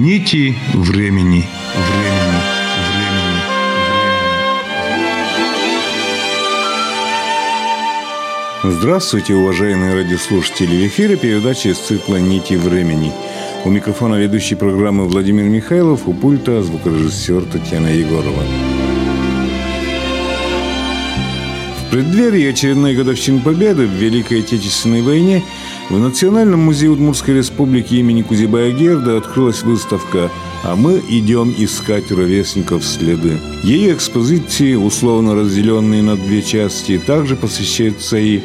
Нити времени. Здравствуйте, уважаемые радиослушатели! В эфире передача из цикла «Нити времени». У микрофона ведущий программы Владимир Михайлов, у пульта звукорежиссер Татьяна Егорова. В преддверии очередной годовщины Победы в Великой Отечественной войне в Национальном музее Удмуртской Республики имени Кузибая-Герда открылась выставка «А мы идем искать ровесников следы». Ее экспозиции, условно разделенные на две части, также посвящаются и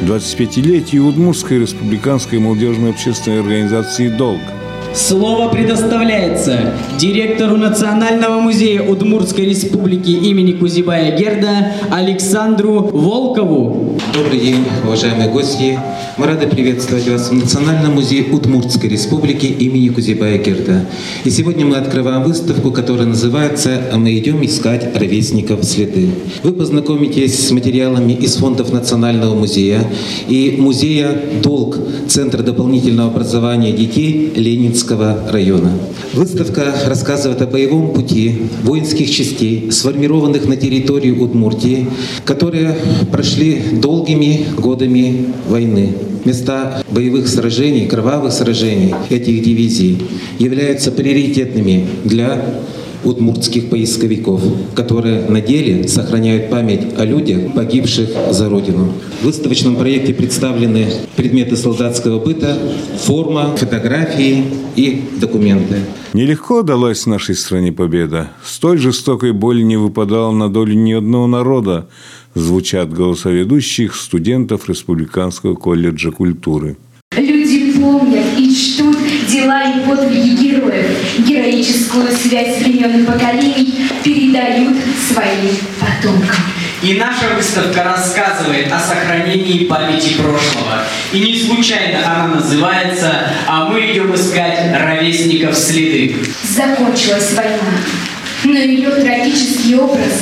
25-летию Удмуртской республиканской молодежной общественной организации «Долг». Слово предоставляется директору Национального музея Удмуртской Республики имени Кузибая-Герда Александру Волкову. Добрый день, уважаемые гости. Мы рады приветствовать вас в Национальном музее Удмуртской Республики имени Кузибая-Герда. И сегодня мы открываем выставку, которая называется «А мы идем искать ровесников следы». Вы познакомитесь с материалами из фондов Национального музея и музея «Долг», Центра дополнительного образования детей Ленинского района. Выставка рассказывает о боевом пути воинских частей, сформированных на территории Удмуртии, которые прошли долгими годами войны. Места боевых сражений, кровавых сражений этих дивизий являются приоритетными для удмуртских поисковиков, которые на деле сохраняют память о людях, погибших за Родину. В выставочном проекте представлены предметы солдатского быта, форма, фотографии и документы. Нелегко далась нашей стране победа. Столь жестокой боли не выпадала на долю ни одного народа, звучат голоса ведущих студентов Республиканского колледжа культуры. Люди помнят и чтут дела и подвиги героев. Героическую связь времен и поколений передают своим потомкам. И наша выставка рассказывает о сохранении памяти прошлого. И не случайно она называется «А мы идем искать ровесников следы». Закончилась война, но ее трагический образ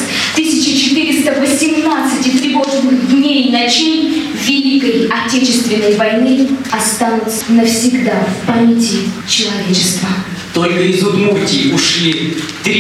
1418 тревожных дней и ночей Великой Отечественной войны останутся навсегда в памяти человечества. Только из Удмуртии ушли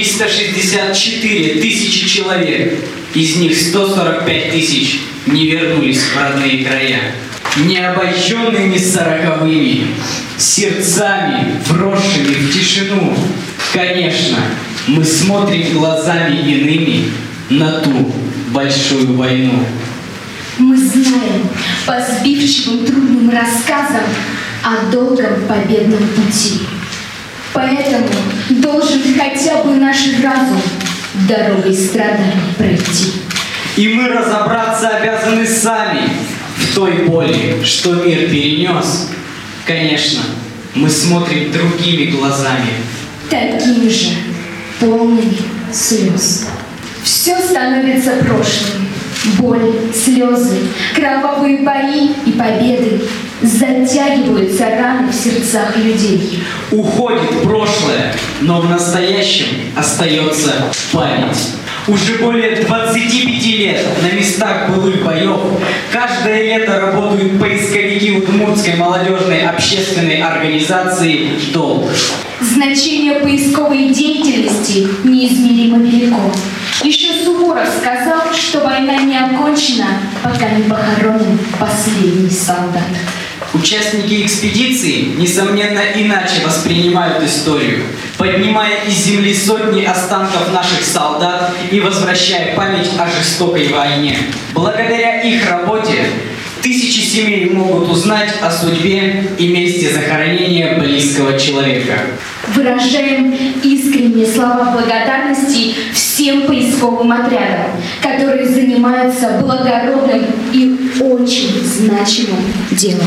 364 тысячи человек. Из них 145 тысяч не вернулись в родные края. Не обожженными сороковыми, сердцами, вросшими в тишину. Конечно, мы смотрим глазами иными на ту большую войну. Мы знаем по сбивчивым трудным рассказам о долгом победном пути. Поэтому должен хотя бы наш разум дорогой страданий пройти. И мы разобраться обязаны сами в той боли, что мир перенес. Конечно, мы смотрим другими глазами. Такими же, полными слез. Все становится прошлым. Боль, слезы, кровавые бои и победы затягиваются раны в сердцах людей. Уходит прошлое, но в настоящем остается память. Уже более 25 лет на местах былых боев каждое лето работают поисковики Удмуртской молодежной общественной организации «Долг». Значение поисковой деятельности неизмеримо велико. Еще Суворов сказал, что война не окончена, пока не похоронен последний солдат. Участники экспедиции, несомненно, иначе воспринимают историю, поднимая из земли сотни останков наших солдат и возвращая память о жестокой войне. Благодаря их работе тысячи семей могут узнать о судьбе и месте захоронения близкого человека. Выражаем искренние слова благодарности всем поисковым отрядам, которые занимаются благородным и очень значимым делом.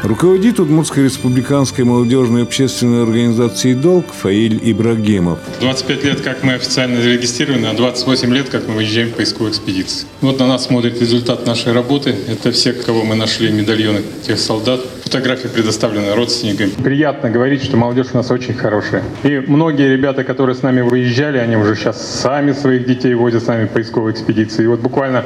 Руководит Удмуртской республиканской молодежной общественной организацией «Долг» Фаиль Ибрагимов. 25 лет, как мы официально зарегистрированы, а 28 лет, как мы выезжаем в поисковую экспедицию. Вот на нас смотрит результат нашей работы. Это все, кого мы нашли, медальоны тех солдат. Фотографии предоставлены родственникам. Приятно говорить, что молодежь у нас очень хорошая. И многие ребята, которые с нами выезжали, они уже сейчас сами своих детей возят с нами в поисковую экспедицию. И вот буквально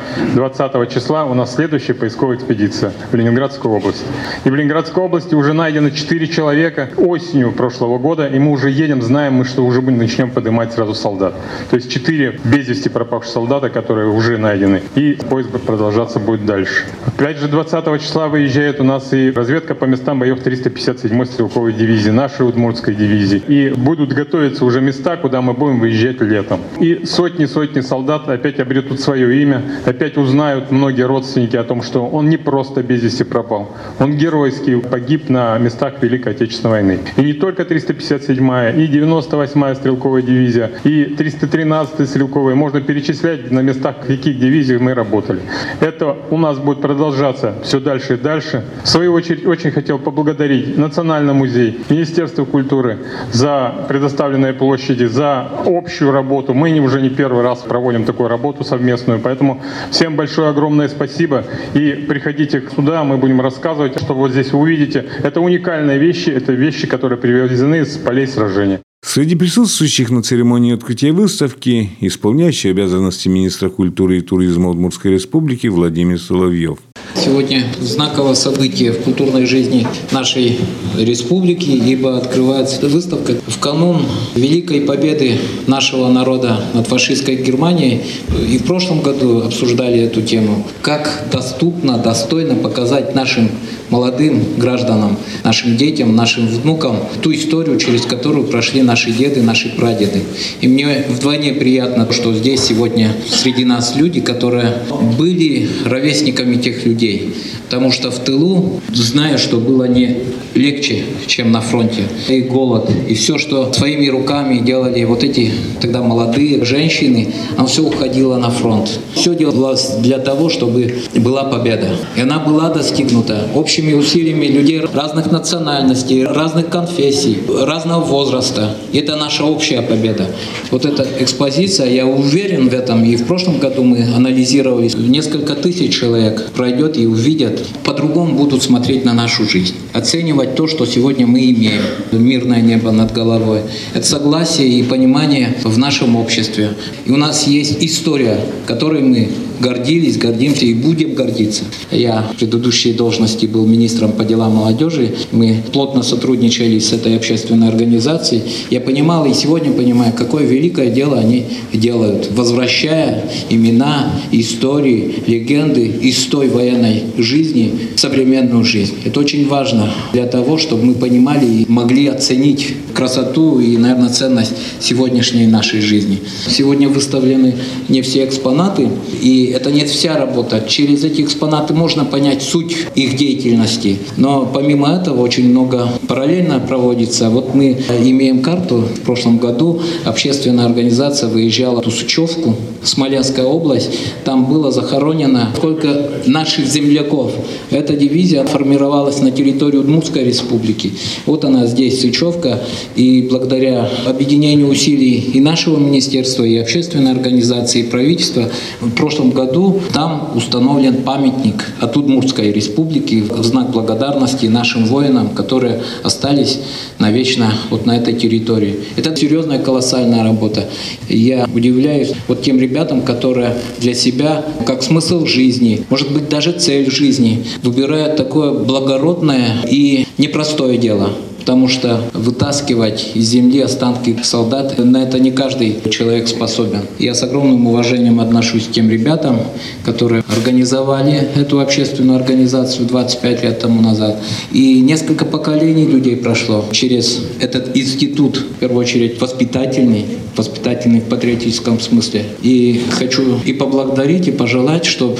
20 числа у нас следующая поисковая экспедиция в Ленинградскую область. И в Ленинградской области уже найдено 4 человека осенью прошлого года, и мы уже едем, знаем мы, что уже начнем поднимать сразу солдат. То есть 4 без вести пропавших солдата, которые уже найдены. И поиск продолжаться будет дальше. Опять же, 20 числа выезжает у нас и разведка по местам боев 357-й стрелковой дивизии, нашей Удмуртской дивизии. И будут готовиться уже места, куда мы будем выезжать летом. И сотни солдат опять обретут свое имя, опять узнают многие родственники о том, что он не просто без вести пропал, он геройский погиб на местах Великой Отечественной войны. И не только 357-я, и 98-я стрелковая дивизия, и 313-я стрелковая. Можно перечислять на местах, в каких дивизиях мы работали. Это у нас будет продолжаться все дальше и дальше. В свою очередь, очень хотел поблагодарить Национальный музей, Министерство культуры за предоставленные площади, за общую работу. Мы уже не первый раз проводим такую работу совместную, поэтому всем большое огромное спасибо. И приходите сюда, мы будем рассказывать, что вот здесь вы увидите. Это уникальные вещи, это вещи, которые привезены с полей сражения. Среди присутствующих на церемонии открытия выставки исполняющий обязанности министра культуры и туризма Удмуртской республики Владимир Соловьев. Сегодня знаковое событие в культурной жизни нашей республики, ибо открывается выставка в канун великой победы нашего народа над фашистской Германией. И в прошлом году обсуждали эту тему. Как доступно, достойно показать нашим молодым гражданам, нашим детям, нашим внукам ту историю, через которую прошли наши деды, наши прадеды. И мне вдвойне приятно, что здесь сегодня среди нас люди, которые были ровесниками тех людей. Потому что в тылу, знаю, что было не легче, чем на фронте. И голод, и все, что своими руками делали вот эти тогда молодые женщины, оно все уходило на фронт. Все делалось для того, чтобы была победа. И она была достигнута общими усилиями людей разных национальностей, разных конфессий, разного возраста. И это наша общая победа. Вот эта экспозиция, я уверен в этом, и в прошлом году мы анализировали, несколько тысяч человек пройдет и увидят, по-другому будут смотреть на нашу жизнь, оценивать то, что сегодня мы имеем. Мирное небо над головой. Это согласие и понимание в нашем обществе. И у нас есть история, которой мы гордились, гордимся и будем гордиться. Я в предыдущей должности был министром по делам молодежи. Мы плотно сотрудничали с этой общественной организацией. Я понимал и сегодня понимаю, какое великое дело они делают, возвращая имена, истории, легенды из той военной жизни в современную жизнь. Это очень важно для того, чтобы мы понимали и могли оценить красоту и, наверное, ценность сегодняшней нашей жизни. Сегодня выставлены не все экспонаты, и это не вся работа. Через эти экспонаты можно понять суть их деятельности. Но помимо этого очень много параллельно проводится. Вот мы имеем карту. В прошлом году общественная организация выезжала в Тусучевку, Смоленская область. Там было захоронено сколько наших земляков. Эта дивизия формировалась на территории Удмуртской республики. Вот она здесь, Сычевка. И благодаря объединению усилий и нашего министерства, и общественной организации, и правительства, в прошлом году там установлен памятник от Удмуртской республики в знак благодарности нашим воинам, которые остались навечно вот на этой территории. Это серьезная, колоссальная работа. Я удивляюсь вот тем ребятам, которые для себя, как смысл жизни, может быть, даже цель жизни, выбирают такое благородное и непростое дело. Потому что вытаскивать из земли останки солдат, на это не каждый человек способен. Я с огромным уважением отношусь к тем ребятам, которые организовали эту общественную организацию 25 лет тому назад. И несколько поколений людей прошло через этот институт, в первую очередь воспитательный в патриотическом смысле. И хочу и поблагодарить, и пожелать, чтобы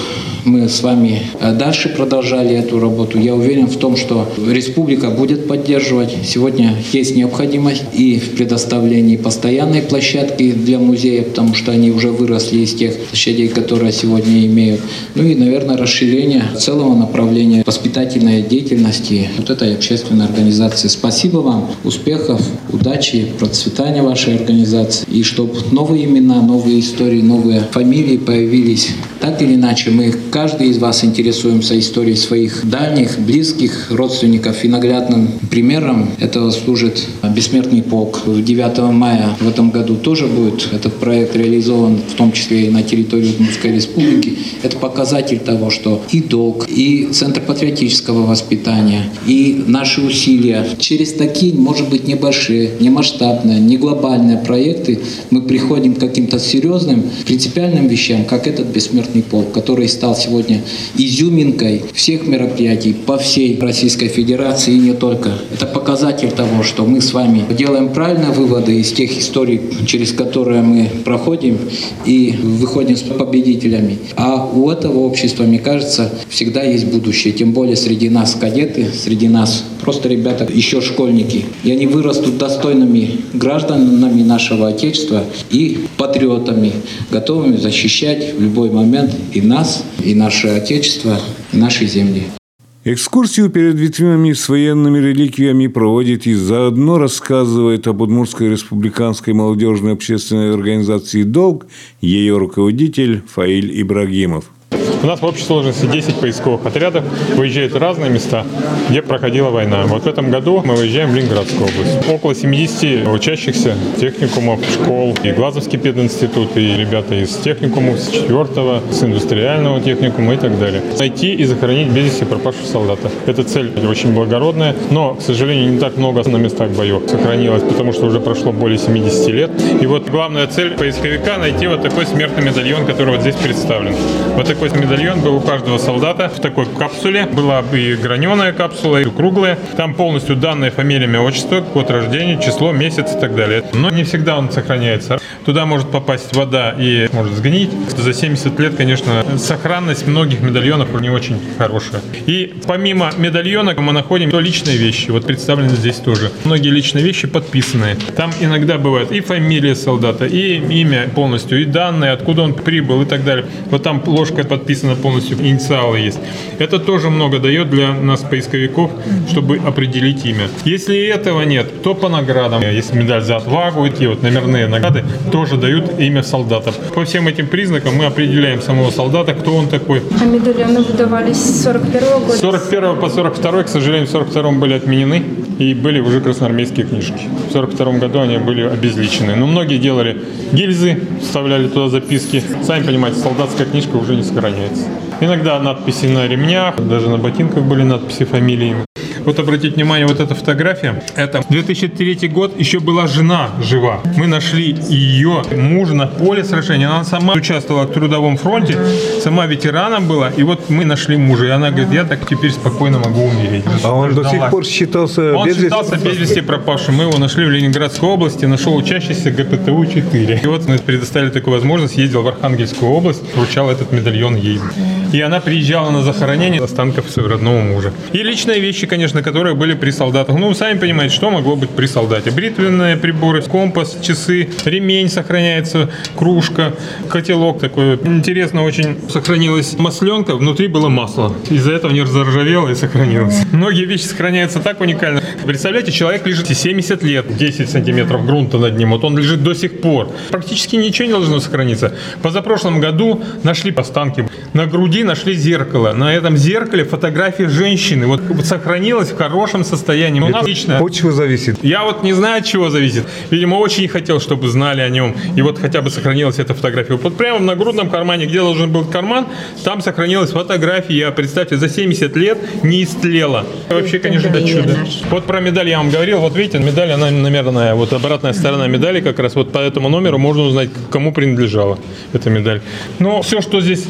мы с вами дальше продолжали эту работу. Я уверен в том, что республика будет поддерживать. Сегодня есть необходимость и в предоставлении постоянной площадки для музея, потому что они уже выросли из тех площадей, которые сегодня имеют. Ну и, наверное, расширение целого направления воспитательной деятельности вот этой общественной организации. Спасибо вам, успехов, удачи, процветания вашей организации. И чтобы новые имена, новые истории, новые фамилии появились. Так или иначе, мы, каждый из вас, интересуемся историей своих дальних, близких родственников. И наглядным примером этого служит «Бессмертный полк». 9 мая в этом году тоже будет этот проект реализован, в том числе и на территории Удмуртской республики. Это показатель того, что и долг, и Центр патриотического воспитания, и наши усилия через такие, может быть, небольшие, не масштабные, не глобальные проекты мы приходим к каким-то серьезным, принципиальным вещам, как этот «Бессмертный полк», который стал сегодня изюминкой всех мероприятий по всей Российской Федерации и не только. Это показатель того, что мы с вами делаем правильные выводы из тех историй, через которые мы проходим и выходим с победителями. А у этого общества, мне кажется, всегда есть будущее. Тем более среди нас кадеты, среди нас просто ребята, еще школьники. И они вырастут достойными гражданами нашего Отечества и патриотами, готовыми защищать в любой момент и нас, и наше Отечество, и наши земли. Экскурсию перед витринами с военными реликвиями проводит и заодно рассказывает об Удмуртской республиканской молодежной общественной организации «Долг» ее руководитель Фаиль Ибрагимов. У нас в общей сложности 10 поисковых отрядов выезжают в разные места, где проходила война. Вот в этом году мы выезжаем в Ленинградскую область. Около 70 учащихся техникумов, школ, и Глазовский пединститут, и ребята из техникумов, с 4-го, с индустриального техникума и так далее. Найти и захоронить без вести пропавших солдата. Эта цель очень благородная, но, к сожалению, не так много на местах боев сохранилось, потому что уже прошло более 70 лет. И вот главная цель поисковика – найти вот такой смертный медальон, который вот здесь представлен. Вот такой медальон был у каждого солдата в такой капсуле. Была и граненая капсула, и круглая. Там полностью данные, фамилия, имя, отчество, год рождения, число, месяц и так далее. Но не всегда он сохраняется. Туда может попасть вода и может сгнить. За 70 лет, конечно, сохранность многих медальонов не очень хорошая. И помимо медальона мы находим личные вещи. Вот представлены здесь тоже. Многие личные вещи подписанные. Там иногда бывает и фамилия солдата, и имя полностью, и данные, откуда он прибыл и так далее. Вот там ложка подписана полностью, инициалы есть. Это тоже много дает для нас, поисковиков, чтобы определить имя. Если этого нет, то по наградам. Есть медаль за отвагу, и вот номерные награды тоже дают имя солдата. По всем этим признакам мы определяем самого солдата, кто он такой. А медальоны выдавались с 41-го года? С 41 по 42, к сожалению, в 42-м были отменены и были уже красноармейские книжки. В 42 году они были обезличены. Но многие делали гильзы, вставляли туда записки. Сами понимаете, солдатская книжка уже не сохраняется. Иногда надписи на ремнях, даже на ботинках были надписи фамилиями. Вот обратите внимание, вот эта фотография, это 2003 год, еще была жена жива. Мы нашли ее мужа на поле сражения. Она сама участвовала в трудовом фронте, сама ветераном была, и вот мы нашли мужа. И она говорит, я так теперь спокойно могу умереть. А он до сих пор считался без вести? Он считался без вести пропавшим. Мы его нашли в Ленинградской области, нашел учащийся ГПТУ-4. И вот мы предоставили такую возможность, ездил в Архангельскую область, вручал этот медальон ей. И она приезжала на захоронение останков своего родного мужа. И личные вещи, конечно, которые были при солдатах. Ну, вы сами понимаете, что могло быть при солдате. Бритвенные приборы, компас, часы, ремень сохраняется, кружка, котелок такой. Интересно очень сохранилась масленка, внутри было масло. Из-за этого не заржавело и сохранилось. Многие вещи сохраняются так уникально. Представляете, человек лежит 70 лет, 10 сантиметров грунта над ним. Вот он лежит до сих пор. Практически ничего не должно сохраниться. Позапрошлом году нашли останки. На груди нашли зеркало. На этом зеркале фотография женщины. Вот сохранилась в хорошем состоянии. У нас лично. От чего зависит? Я вот не знаю, от чего зависит. Видимо, очень хотел, чтобы знали о нем. И вот хотя бы сохранилась эта фотография. Вот прямо в нагрудном кармане, где должен был карман, там сохранилась фотография. Представьте, за 70 лет не истлела. Вообще, конечно, это чудо. Вот про медаль я вам говорил. Вот видите, медаль, она номерная. Вот обратная сторона медали как раз вот по этому номеру можно узнать, кому принадлежала эта медаль. Но все, что здесь связано с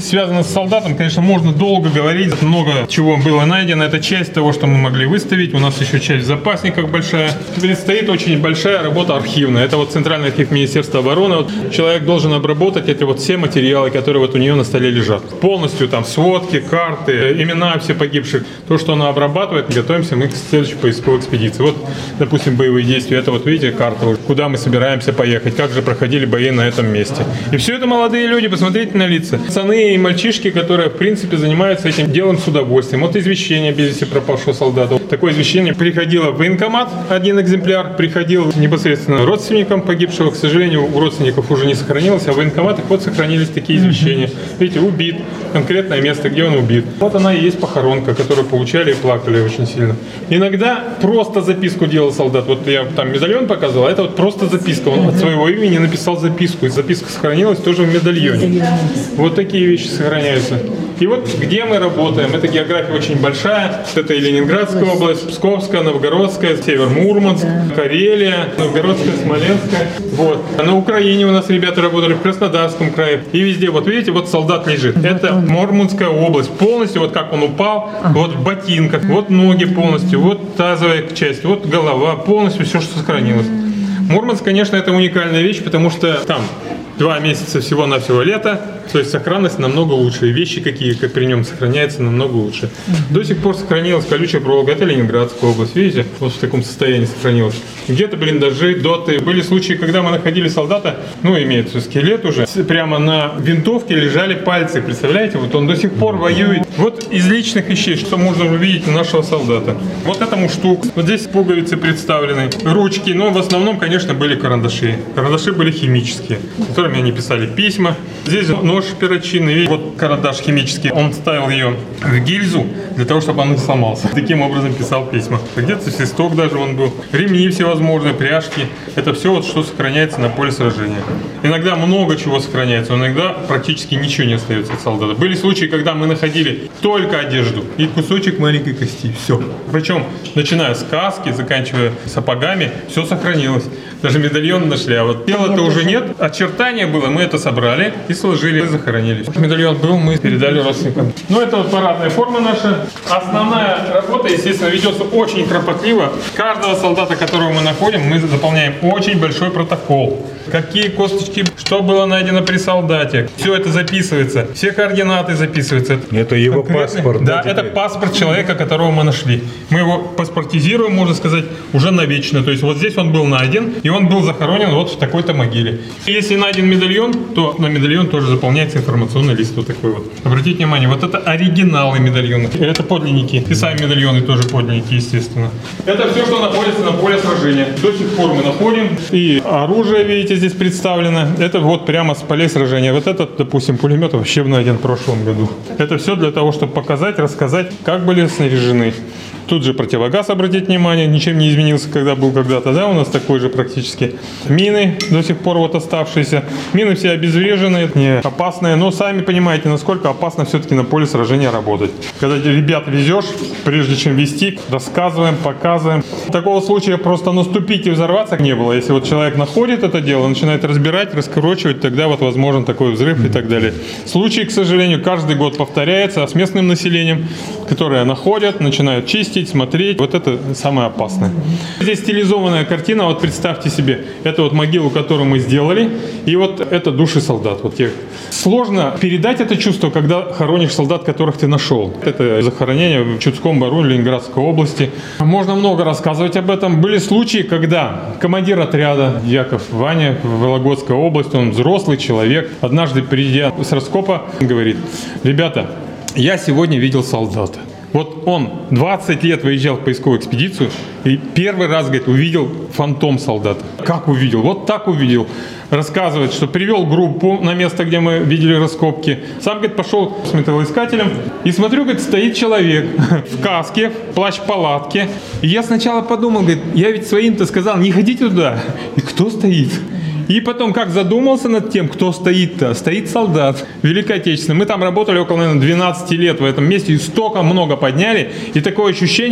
с солдатом, конечно, можно долго говорить, много чего было найдено. Это часть того, что мы могли выставить. У нас еще часть в запасниках большая. Предстоит очень большая работа архивная. Это вот Центральный архив Министерства обороны. Вот человек должен обработать эти вот все материалы, которые вот у нее на столе лежат. Полностью там сводки, карты, имена все погибших. То, что она обрабатывает, готовимся мы к следующей поисковой экспедиции. Вот, допустим, боевые действия. Это вот видите карта, куда мы собираемся поехать, как же проходили бои на этом месте. И все это молодые люди, посмотрите на лица. Пацаны и мальчишки, которые, в принципе, занимаются этим делом с удовольствием. Вот извещение без вести пропавшего солдата. Такое извещение приходило в военкомат, один экземпляр, приходил непосредственно родственникам погибшего. К сожалению, у родственников уже не сохранилось, а в военкоматах вот сохранились такие извещения. Видите, убит, конкретное место, где он убит. Вот она и есть похоронка, которую получали и плакали очень сильно. Иногда просто записку делал солдат. Вот я там медальон показывал, а это вот просто записка. Он от своего имени написал записку, и записка сохранилась тоже в медальоне. Вот такие вещи сохраняются. И вот где мы работаем, это география очень большая. Это и Ленинградская область, Псковская, Новгородская, Север-Мурманск, Карелия, Новгородская, Смоленская. Вот. А на Украине у нас ребята работали, в Краснодарском крае. И везде, вот видите, вот солдат лежит. Это Мурманская область. Полностью, вот как он упал, вот в ботинках, вот ноги полностью, вот тазовая часть, вот голова, полностью все, что сохранилось. Мурманск, конечно, это уникальная вещь, потому что там 2 месяца всего-навсего лета, то есть сохранность намного лучше, и вещи какие, как при нем сохраняются, намного лучше. До сих пор сохранилась колючая проволока, это Ленинградская область, видите, вот в таком состоянии сохранилась. Где-то блиндажи, доты. Были случаи, когда мы находили солдата, ну, имеется скелет уже, прямо на винтовке лежали пальцы, представляете, вот он до сих пор воюет. Вот из личных вещей, что можно увидеть у нашего солдата. Вот это мундштук, вот здесь пуговицы представлены, ручки, но в основном, конечно, были карандаши. Карандаши были химические, которыми они писали письма. Здесь нож перочинный, вот карандаш химический, он ставил ее в гильзу для того, чтобы он не сломался. Таким образом писал письма. Где-то свисток даже он был, ремни всевозможные, пряжки. Это все вот, что сохраняется на поле сражения. Иногда много чего сохраняется, но иногда практически ничего не остается от солдата. Были случаи, когда мы находили только одежду и кусочек маленькой кости, все. Причем, начиная с каски, заканчивая сапогами, все сохранилось. Даже медальон нашли, а вот тела-то уже нет. Очертание было, мы это собрали и сложили, и захоронили. Медальон был, мы передали родственникам. Ну, это вот парадная форма наша. Основная работа, естественно, ведется очень кропотливо. Каждого солдата, которого мы находим, мы заполняем очень большой протокол. Какие косточки, что было найдено при солдате. Все это записывается, все координаты записываются. Это его паспорт. Да, это паспорт человека, которого мы нашли. Мы его паспортизируем, можно сказать, уже навечно. То есть вот здесь он был найден, и он был захоронен вот в такой-то могиле. Если найден медальон, то на медальон тоже заполняется информационный лист вот такой вот. Обратите внимание, вот это оригиналы медальонов. Это подлинники. И сами медальоны тоже подлинники, естественно. Это все, что находится на поле сражения. До сих пор мы находим. И оружие, видите, здесь представлено. Это вот прямо с полей сражения. Вот этот, допустим, пулемет вообще найден в прошлом году. Это все для того, чтобы показать, рассказать, как были снаряжены. Тут же противогаз, обратите внимание, ничем не изменился, когда был когда-то, да, у нас такой же практически. Мины до сих пор вот оставшиеся. Мины все обезвреженные, не опасные, но сами понимаете, насколько опасно все-таки на поле сражения работать. Когда ребят везешь, прежде чем вести, рассказываем, показываем. Такого случая просто наступить и взорваться не было. Если вот человек находит это дело, начинает разбирать, раскручивать, тогда вот возможен такой взрыв и так далее. Случай, к сожалению, каждый год повторяется, а с местным населением, которое находят, начинают чистить, смотреть. Вот это самое опасное. Здесь стилизованная картина, вот представьте себе, это вот могилу, которую мы сделали, и вот это души солдат. Вот тех. Сложно передать это чувство, когда хоронишь солдат, которых ты нашел. Это захоронение в Чудском Бору, Ленинградской области. Можно много рассказывать об этом. Были случаи, когда командир отряда Яков Ваня в Вологодской области, он взрослый человек, однажды придя с раскопа, говорит: ребята, я сегодня видел солдата. Вот он 20 лет выезжал в поисковую экспедицию и первый раз, говорит, увидел фантом солдата. Как увидел? Вот так увидел. Рассказывает, что привел группу на место, где мы видели раскопки. Сам, говорит, пошел с металлоискателем и смотрю, говорит, стоит человек в каске, в плащ-палатке. И я сначала подумал, говорит, я ведь своим-то сказал, не ходите туда. И кто стоит? И потом, как задумался над тем, кто стоит-то, стоит солдат Великой Отечественной. Мы там работали около, наверное, 12 лет в этом месте, и столько много подняли. И такое ощущение,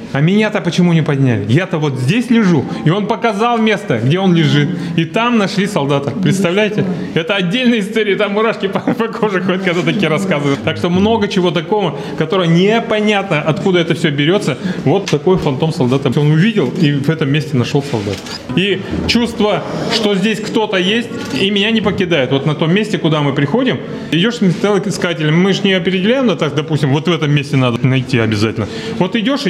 А меня-то почему не подняли? Я-то вот здесь лежу, и он показал место, где он лежит. И там нашли солдата. Представляете? Это отдельная история, там мурашки по коже ходят, когда такие рассказывают. Так что много чего такого, которое непонятно, откуда это все берется. Вот такой фантом солдата. Он увидел и в этом месте нашел солдат. И чувство, что здесь кто-то есть, и меня не покидает. Вот на том месте, куда мы приходим, идешь с металлоискателем, мы же не определяем, но так, допустим, вот в этом месте надо найти обязательно. Вот идешь,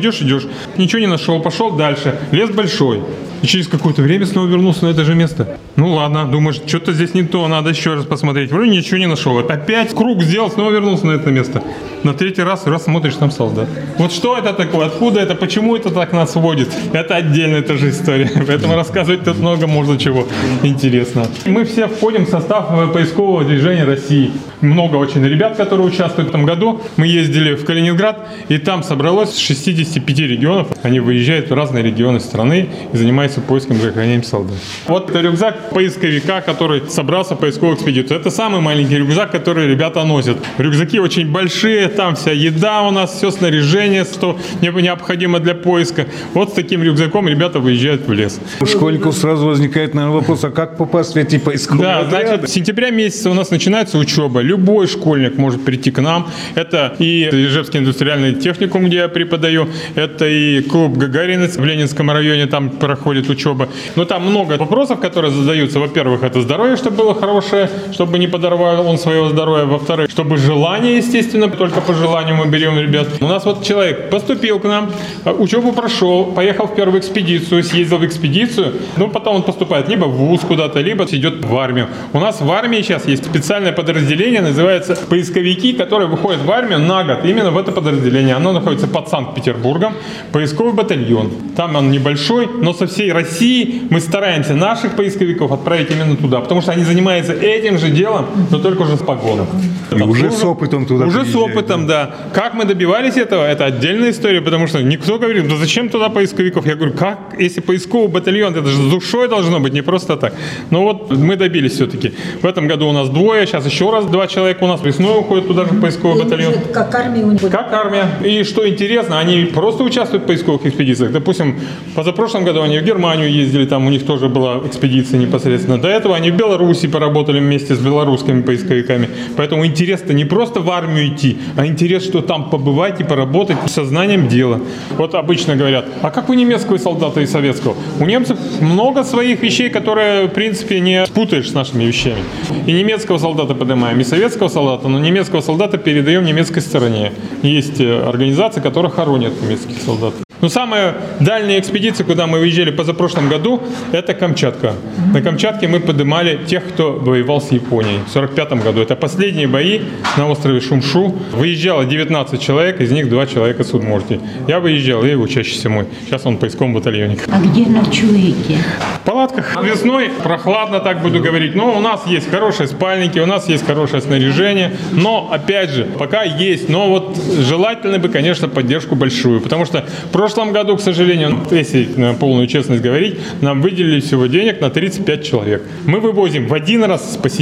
ничего не нашел, пошел дальше. Лес большой. И через какое-то время снова вернулся на это же место. Ну ладно, думаешь, что-то здесь не то, надо еще раз посмотреть. Вроде ничего не нашел. Опять круг сделал, снова вернулся на это место. На третий раз смотришь, там солдат. Вот что это такое, откуда это, почему это так нас водит? Это отдельная тоже история. Поэтому рассказывать тут много можно чего интересного. Мы все входим в состав поискового движения России. Много очень ребят, которые участвуют в этом году. Мы ездили в Калининград, и там собралось 65 регионов. Они выезжают в разные регионы страны и занимаются поиском и сохранением солдат. Вот это рюкзак поисковика, который собрался в поисковую экспедицию. Это самый маленький рюкзак, который ребята носят. Рюкзаки очень большие, там вся еда у нас, все снаряжение, что необходимо для поиска. Вот с таким рюкзаком ребята выезжают в лес. У школьников сразу возникает, наверное, вопрос, а как попасть в эти поисковые отряды? Значит, с сентября месяца у нас начинается учеба. Любой школьник может прийти к нам. Это и Ижевский индустриальный техникум, где я преподаю, это и клуб Гагарина в Ленинском районе, там проходит учеба. Но там много вопросов, которые задаются. Во-первых, это здоровье, чтобы было хорошее, чтобы не подорвал он своего здоровья. Во-вторых, чтобы желание, естественно, только по желанию мы берем ребят. У нас вот человек поступил к нам, учебу прошел, поехал в первую экспедицию, съездил в экспедицию, ну потом он поступает либо в вуз куда-то, либо идет в армию. У нас в армии сейчас есть специальное подразделение, называется поисковики, которые выходят в армию на год именно в это подразделение. Оно находится под Санкт-Петербургом, поисковый батальон. Там он небольшой, но со всей России мы стараемся наших поисковиков отправить именно туда, потому что они занимаются этим же делом, но только уже с погоном. И уже с опытом туда уже приезжают. С опытом, да. Как мы добивались этого, это отдельная история, потому что никто говорит, да зачем туда поисковиков? Я говорю, как, если поисковый батальон, это же с душой должно быть, не просто так. Но вот мы добились все-таки. В этом году у нас 2, сейчас еще раз 2 человека у нас весной уходят туда же в поисковый батальон. Как армия у них. Как армия. И что интересно, они просто участвуют в поисковых экспедициях. Допустим, позапрошлом году они в Германию ездили, там у них тоже была экспедиция непосредственно. До этого они в Беларуси поработали вместе с белорусскими поисковиками. Поэтому интерес-то не просто в армию идти, а интерес, что там побывать и поработать с сознанием дела. Вот обычно говорят, а как у немецкого солдата и советского? У немцев много своих вещей, которые, в принципе, не спутаешь с нашими вещами. И немецкого солдата поднимаем, и советского солдата, но немецкого солдата передаем немецкой стороне. Есть организации, которые хоронят немецких солдат. Но самая дальняя экспедиция, куда мы выезжали позапрошлом году, это Камчатка. На Камчатке мы поднимали тех, кто воевал с Японией в 1945 году. Это последние бои на острове Шумшу. Выезжало 19 человек, из них 2 человека с Удмуртии. Я выезжал, я его чаще мой. Сейчас он в поисковом батальоне. А где ночуете? В палатках. Весной прохладно, так буду говорить. Но у нас есть хорошие спальники, у нас есть хорошее снаряжение. Но, опять же, пока есть. Но вот желательно бы, конечно, поддержку большую. Потому что в прошлом году, к сожалению, если на полную честность говорить, нам выделили всего денег на 35 человек. Мы вывозим в один раз по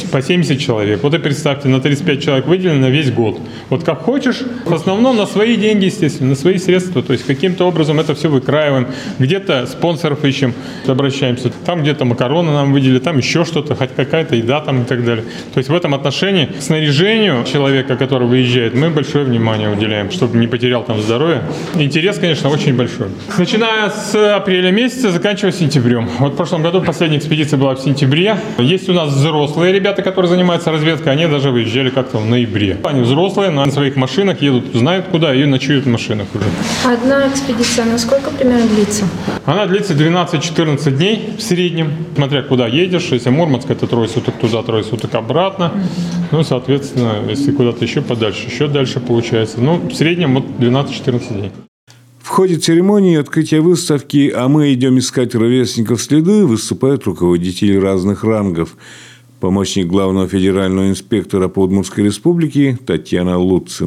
70 человек. Вот и представьте, на 35 человек выделено на весь год. Вот как хочешь, в основном на свои деньги, естественно, на свои средства. То есть каким-то образом это все выкраиваем. Где-то спонсоров ищем, обращаемся. Там где-то макароны нам выделили, там еще что-то, хоть какая-то еда там и так далее. То есть в этом отношении к снаряжению человека, который выезжает, мы большое внимание уделяем, чтобы не потерял там здоровье. Интерес, конечно, очень большой. Начиная с апреля месяца, заканчивая сентябрем. Вот в прошлом году последняя экспедиция была в сентябре. Есть у нас взрослые ребята, которые занимаются разведкой, они даже выезжали как-то в ноябре. Они взрослые, на своих машинах едут, знают куда, и ночуют в машинах уже. Одна экспедиция, на сколько примерно длится? Она длится 12-14 дней в среднем, смотря куда едешь. Если Мурманск, это 3 суток туда, 3 суток обратно. Ну, соответственно, если куда-то еще подальше, еще дальше получается. Ну, в среднем вот 12-14 дней. В ходе церемонии открытия выставки «А мы идем искать ровесников следы» выступают руководители разных рангов. Помощник главного федерального инспектора по Удмуртской республике Татьяна Луцина.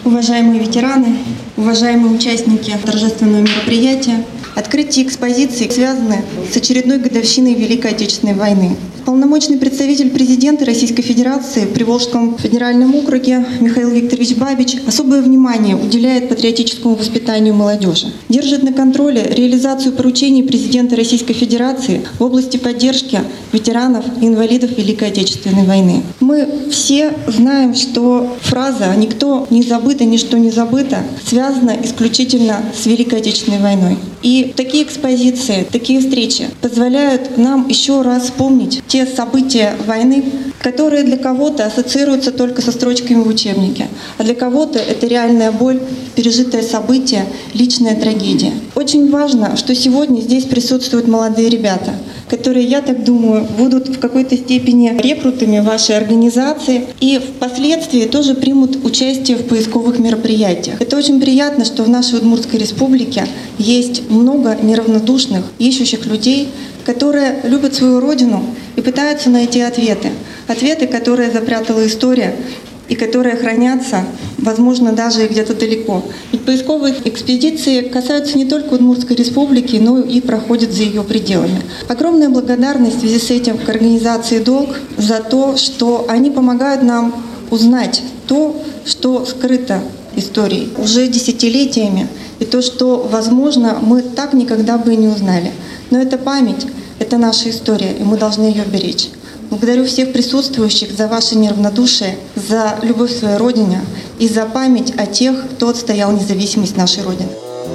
Уважаемые ветераны, уважаемые участники торжественного мероприятия, открытие экспозиции связаны с очередной годовщиной Великой Отечественной войны. Полномочный представитель президента Российской Федерации в Приволжском федеральном округе Михаил Викторович Бабич особое внимание уделяет патриотическому воспитанию молодежи. Держит на контроле реализацию поручений президента Российской Федерации в области поддержки ветеранов и инвалидов Великой Отечественной войны. Мы все знаем, что фраза «никто не забыт и ничто не забыто» связана исключительно с Великой Отечественной войной. И такие экспозиции, такие встречи позволяют нам еще раз вспомнить те события войны, которые для кого-то ассоциируются только со строчками в учебнике, а для кого-то это реальная боль, пережитое событие, личная трагедия. Очень важно, что сегодня здесь присутствуют молодые ребята, которые, я так думаю, будут в какой-то степени рекрутами вашей организации и впоследствии тоже примут участие в поисковых мероприятиях. Это очень приятно, что в нашей Удмуртской республике есть много неравнодушных, ищущих людей, которые любят свою родину и пытаются найти ответы. Ответы, которые запрятала история и которые хранятся, возможно, даже где-то далеко. Ведь поисковые экспедиции касаются не только Удмуртской республики, но и проходят за ее пределами. Огромная благодарность в связи с этим к организации «Долг» за то, что они помогают нам узнать то, что скрыто историей уже десятилетиями, и то, что, возможно, мы так никогда бы и не узнали. Но эта память, это наша история, и мы должны ее беречь. Благодарю всех присутствующих за ваше неравнодушие, за любовь к своей родине и за память о тех, кто отстоял независимость нашей Родины.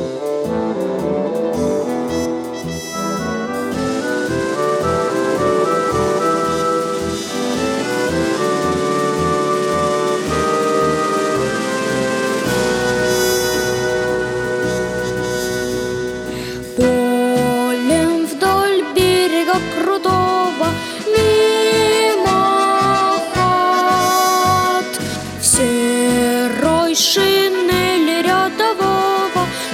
Полем вдоль берега крутого мимо хат, в серой шинели рядового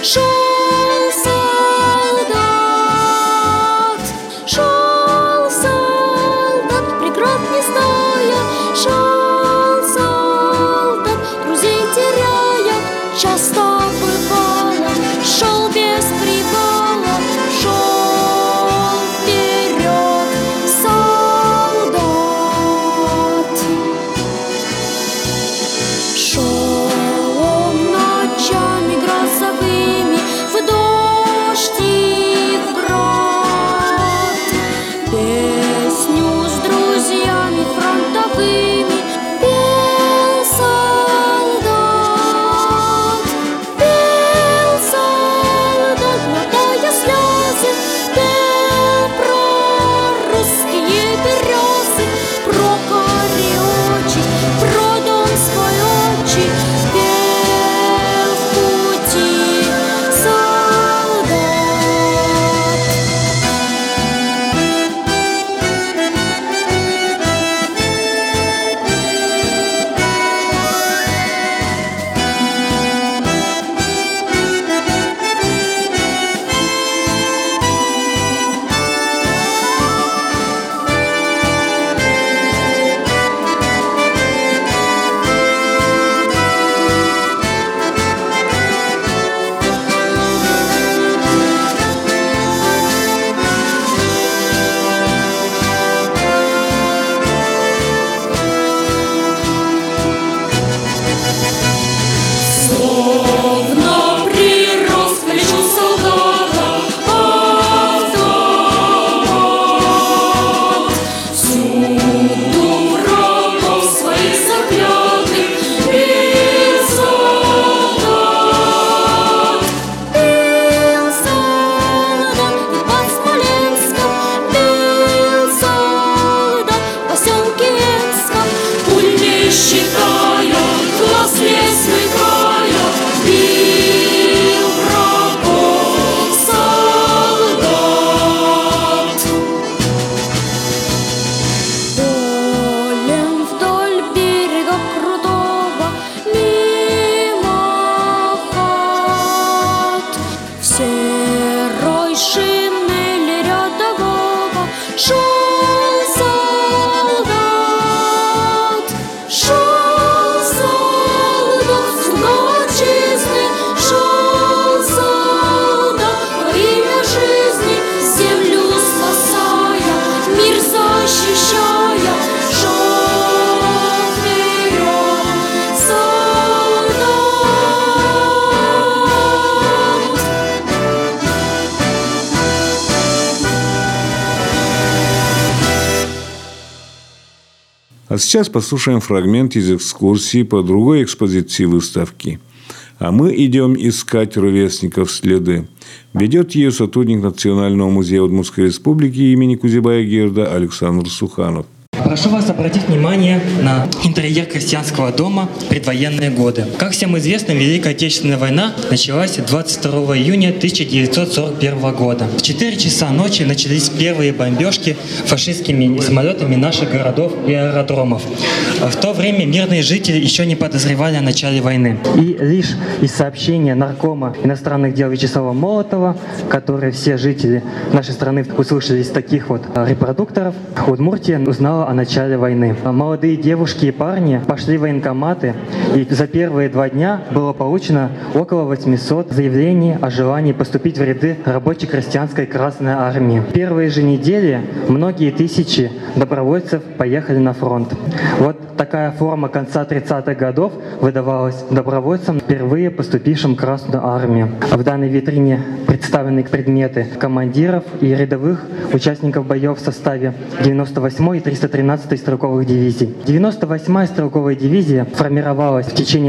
А сейчас послушаем фрагмент из экскурсии по другой экспозиции выставки. А мы идем искать ровесников следы. Ведет ее сотрудник Национального музея Удмуртской республики имени Кузибая-Герда Александр Суханов. Прошу вас обратить внимание на интерьер крестьянского дома в предвоенные годы. Как всем известно, Великая Отечественная война началась 22 июня 1941 года. В 4 часа ночи начались первые бомбежки фашистскими самолетами наших городов и аэродромов. В то время мирные жители еще не подозревали о начале войны. И лишь из сообщения наркома иностранных дел Вячеслава Молотова, которые все жители нашей страны услышали из таких вот репродукторов, Удмуртия узнала о начале войны. Молодые девушки и парни пошли в военкоматы, и за первые 2 дня было получено около 800 заявлений о желании поступить в ряды рабоче-крестьянской Красной Армии. В первые же недели многие тысячи добровольцев поехали на фронт. Вот такая форма конца 30-х годов выдавалась добровольцам, впервые поступившим в Красную Армию. В данной витрине представлены предметы командиров и рядовых участников боев в составе 98-й и 313-й стрелковых дивизий. 98-я стрелковая дивизия формировалась в течение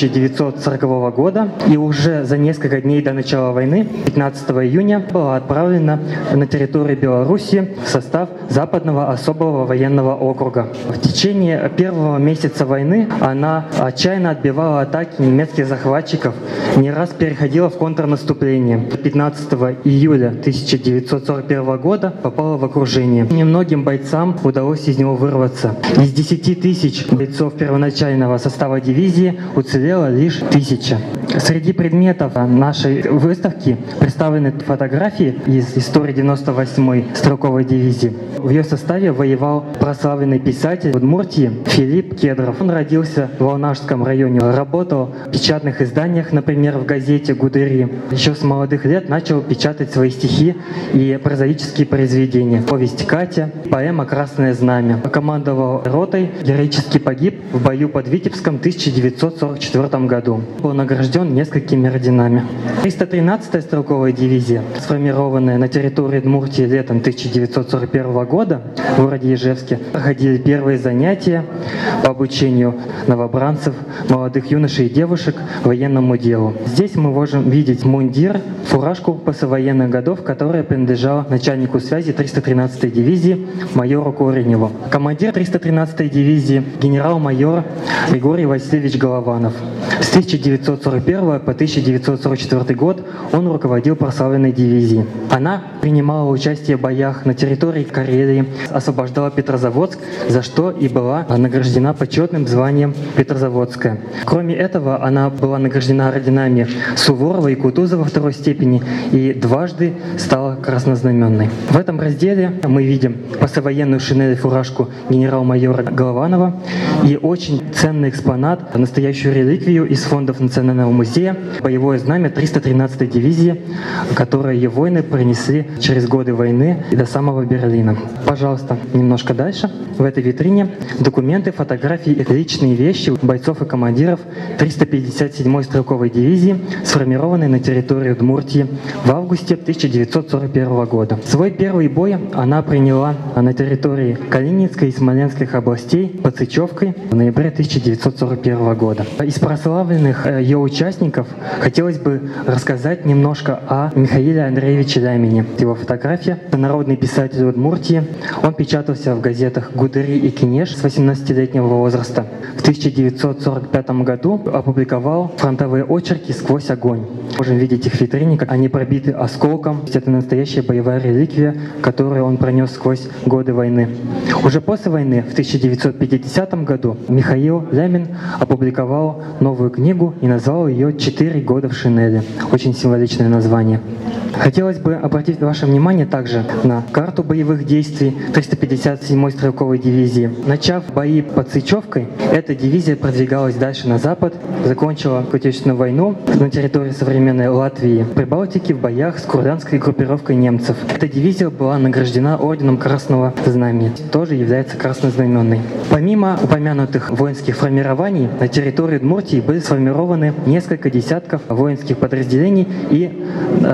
1940 года и уже за несколько дней до начала войны, 15 июня, была отправлена на территорию Беларуси в состав Западного особого военного округа. В течение первого месяца войны она отчаянно отбивала атаки немецких захватчиков, не раз переходила в контрнаступление. 15 июля 1941 года попала в окружение. Немногим бойцам удалось из него вырваться. Из 10 тысяч бойцов первоначального состава дивизии уцелело лишь 1000. Среди предметов нашей выставки представлены фотографии из истории 98-й стрелковой дивизии. В ее составе воевал прославленный писатель Удмуртии Филипп Кедров. Он родился в Волнажском районе, работал в печатных изданиях, например, в газете «Гудыри». Еще с молодых лет начал печатать свои стихи и прозаические произведения. Повесть «Катя», поэма «Красное знамя». Командовал ротой, героически погиб в бою под Витебском в 1944 году. Был награжден несколькими орденами. 313-я стрелковая дивизия, сформированная на территории Удмуртии летом 1941 года в городе Ижевске, проходили первые занятия по обучению новобранцев, молодых юношей и девушек военному делу. Здесь мы можем видеть мундир, фуражку послевоенных годов, которая принадлежала начальнику связи 313-й дивизии майору Кореневу. Командир 313-й дивизии генерал-майор Григорий Васильевич Голованов. С 1941 по 1944 год он руководил прославленной дивизией. Она принимала участие в боях на территории Карелии, освобождала Петрозаводск, за что и была награждена почетным званием Петрозаводская. Кроме этого, она была награждена орденами Суворова и Кутузова второй степени и дважды стала краснознаменной. В этом разделе мы видим послевоенную шинель и фуражку генерал-майора Голованова и очень ценный экспонат, настоящую реликвию из фондов Национального музея, боевое знамя 313-й дивизии, которое ее воины принесли через годы войны и до самого Берлина. Пожалуйста, немножко дальше. В этой витрине документы, фотографии и личные вещи бойцов и командиров 357-й стрелковой дивизии, сформированной на территории Удмуртии в августе 1941 года. Свой первый бой она приняла на территории Калининской и Смоленских областей под Сычевкой в ноябре 1941 года. Из прославленных ее участников хотелось бы рассказать немножко о Михаиле Андреевиче Лямине. Его фотография. Народный писатель Удмуртии. Он печатался в газетах «Гудыри» и «Кинеш» с 18-летнего возраста. В 1945 году опубликовал фронтовые очерки «Сквозь огонь». Можем видеть их в витрине, как они пробиты осколком. Это настоящая боевая реликвия, которую он пронес сквозь годы войны. Уже после войны, в 1950 году, Михаил Лямин опубликовал новую книгу и назвал ее «4 года в шинели». Очень символичное название. Хотелось бы обратить ваше внимание также на карту боевых действий 357-й стрелковой дивизии. Начав бои под Сычевкой, эта дивизия продвигалась дальше на запад, закончила Отечественную войну на территории современной Латвии, Прибалтики в боях с курганской группировкой немцев. Эта дивизия была награждена орденом Красного Знамени, тоже является краснознаменной. Помимо упомянутых воинских формирований, на территории Удмуртии были сформированы несколько десятков воинских подразделений и, скорее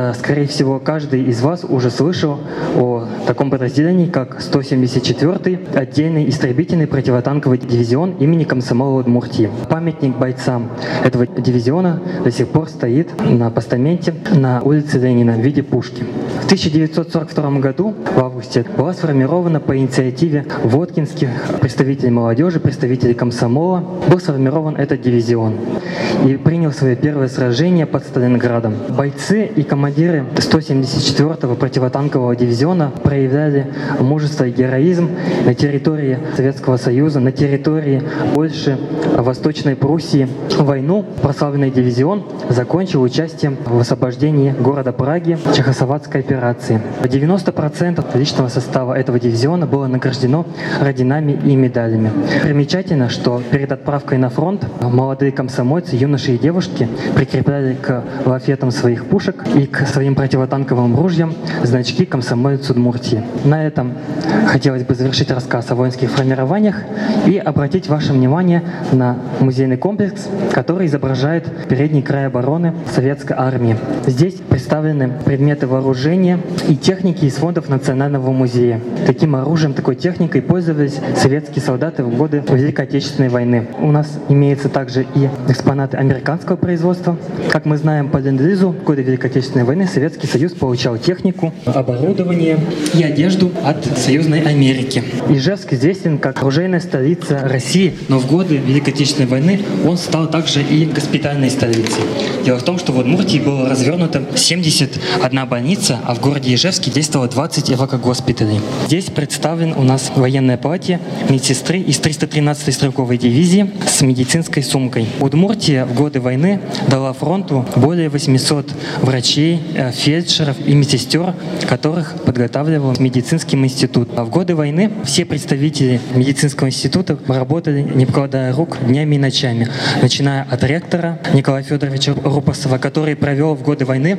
всего, каждый из вас уже слышал о таком подразделении, как 174-й отдельный истребительный противотанковый дивизион имени Комсомола Удмуртии. Памятник бойцам этого дивизиона до сих пор стоит на постаменте на улице Ленина в виде пушки. В 1942 году, в августе, была сформирована по инициативе воткинских представителей молодежи, представителей комсомола, был сформирован этот дивизион и принял свое первое сражение под Сталинградом. Бойцы и командиры 174-го противотанкового дивизиона проявляли мужество и героизм на территории Советского Союза, на территории Польши, Восточной Пруссии. Войну прославленный дивизион закончил участием в освобождении города Праги чехословацкой операции. 90% личного состава этого дивизиона было награждено орденами и медалями. Примечательно, что перед отправкой на фронт молодые комсомольцы, юноши и девушки прикрепляли к лафетам своих пушек и к своим противотанковым ружьям значки «Комсомолец Удмуртии». На этом хотелось бы завершить рассказ о воинских формированиях и обратить ваше внимание на музейный комплекс, который изображает передний край обороны Советской армии. Здесь представлены предметы вооружения и техники из фондов Национального музея. Таким оружием, такой техникой пользовались советские солдаты в годы Великой Отечественной войны. У нас имеется также и экспонаты американского производства. Как мы знаем, по ленд-лизу в годы Великой Отечественной войны Советский Союз получал технику, оборудование и одежду от союзной Америки. Ижевск известен как оружейная столица России, но в годы Великой Отечественной войны он стал также и госпитальной столицей. Дело в том, что в Удмуртии было развернуто 71 больница, а в городе Ижевске действовало 20 эвакогоспиталей. Здесь представлен у нас военное платье медсестры из 313-й стрелковой дивизии с медицинской сумкой. Удмуртия в годы войны дала фронту более 800 врачей, фельдшеров и медсестер, которых подготавливал медицинский институт. А в годы войны все представители медицинского института работали, не покладая рук, днями и ночами, начиная от ректора Николая Федоровича Рупасова, который провел в годы войны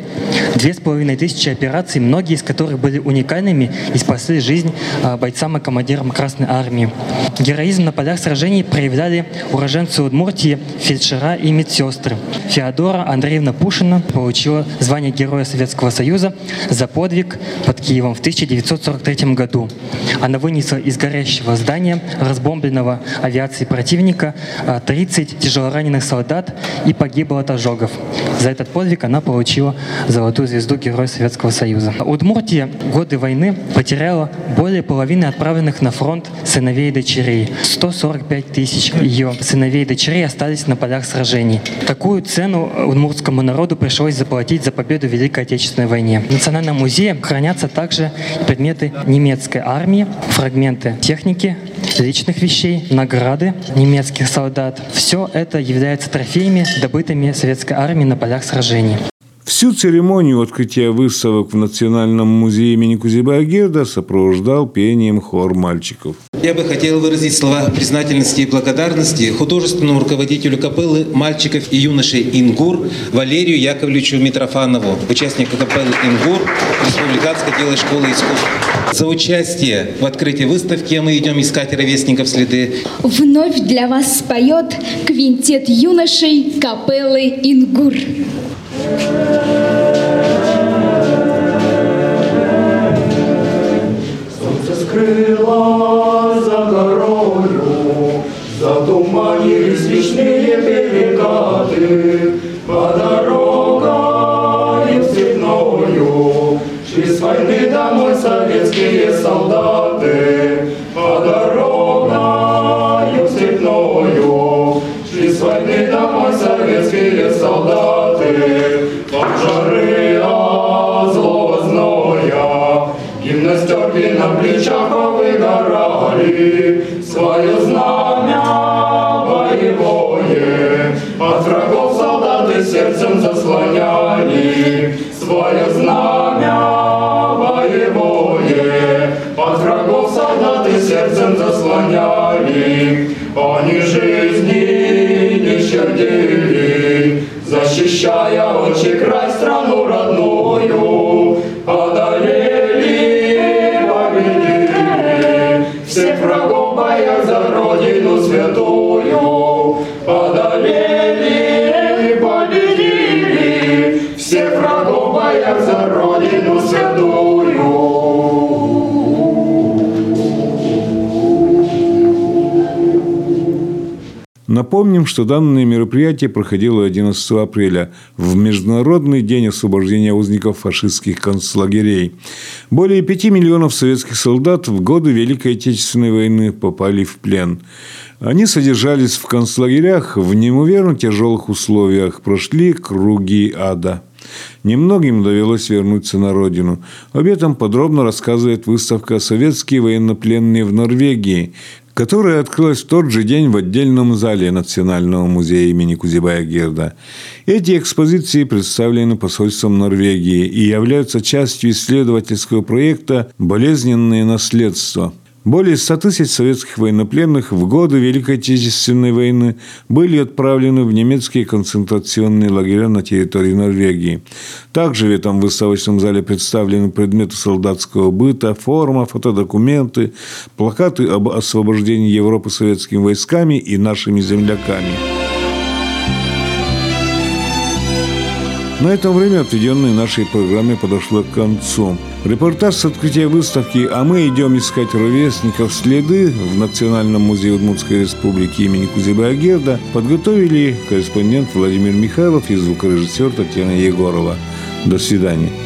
2500 операций, многие из которых были уникальными и спасли жизнь бойцам и командирам Красной Армии. Героизм на полях сражений проявляли уроженцы Удмуртии, фельдшера и медсестры. Феодора Андреевна Пушина получила звание Героя Советского Союза за подвиг под Киевом в 1943 году. Она вынесла из горящего здания, разбомбленного авиацией противника, 30 тяжелораненых солдат и погибла от ожогов. За этот подвиг она получила золотую звезду Героя Советского Союза. Удмуртия в годы войны потеряла более половины отправленных на фронт сыновей и дочерей. 145 тысяч ее сыновей и дочерей остались на полях сражений. Такую цену удмуртскому народу пришлось заплатить за победу в Великой Отечественной войне. В Национальном музее хранятся также предметы немецкой армии, фрагменты техники, личных вещей, награды немецких солдат. Все это является трофеями, добытыми советской армией на полях сражений. Всю церемонию открытия выставок в Национальном музее имени Кузибая-Герда сопровождал пением хор мальчиков. Я бы хотел выразить слова признательности и благодарности художественному руководителю капеллы мальчиков и юношей «Ингур» Валерию Яковлевичу Митрофанову, участнику капеллы «Ингур» Республиканской отдела школы искусств, за участие в открытии выставки «Мы идем искать ровесников следы». Вновь для вас споет квинтет юношей капеллы «Ингур». Солнце скрыло за горою, затуманились речные перекаты, по дорогою степною шли с войны домой советские солдаты, по дорогою степною шли с войны домой советские солдаты. От жары, от злого зноя, гимнастерки на плечах повыгорали, свое знамя боевое от врагов солдаты сердцем заслоняли, свое знамя боевое от врагов солдаты сердцем заслоняли, они жизни не щадили, защищая отчий край, страну родную, одолели, победили всех врагов в боях за родину святую, одолели, победили всех врагов в боях за родину. Напомним, что данное мероприятие проходило 11 апреля, в Международный день освобождения узников фашистских концлагерей. Более 5 миллионов советских солдат в годы Великой Отечественной войны попали в плен. Они содержались в концлагерях в неимоверно тяжелых условиях, прошли круги ада. Немногим довелось вернуться на родину. Об этом подробно рассказывает выставка «Советские военнопленные в Норвегии», которая открылась в тот же день в отдельном зале Национального музея имени Кузибая-Герда. Эти экспозиции представлены посольством Норвегии и являются частью исследовательского проекта «Болезненное наследство». Более 100 тысяч советских военнопленных в годы Великой Отечественной войны были отправлены в немецкие концентрационные лагеря на территории Норвегии. Также в этом выставочном зале представлены предметы солдатского быта, форма, фотодокументы, плакаты об освобождении Европы советскими войсками и нашими земляками. На этом время, отведенное нашей программе, подошло к концу. Репортаж с открытия выставки «А мы идем искать ровесников. Следы» в Национальном музее Удмуртской Республики имени Кузибая-Герда подготовили корреспондент Владимир Михайлов и звукорежиссер Татьяна Егорова. До свидания.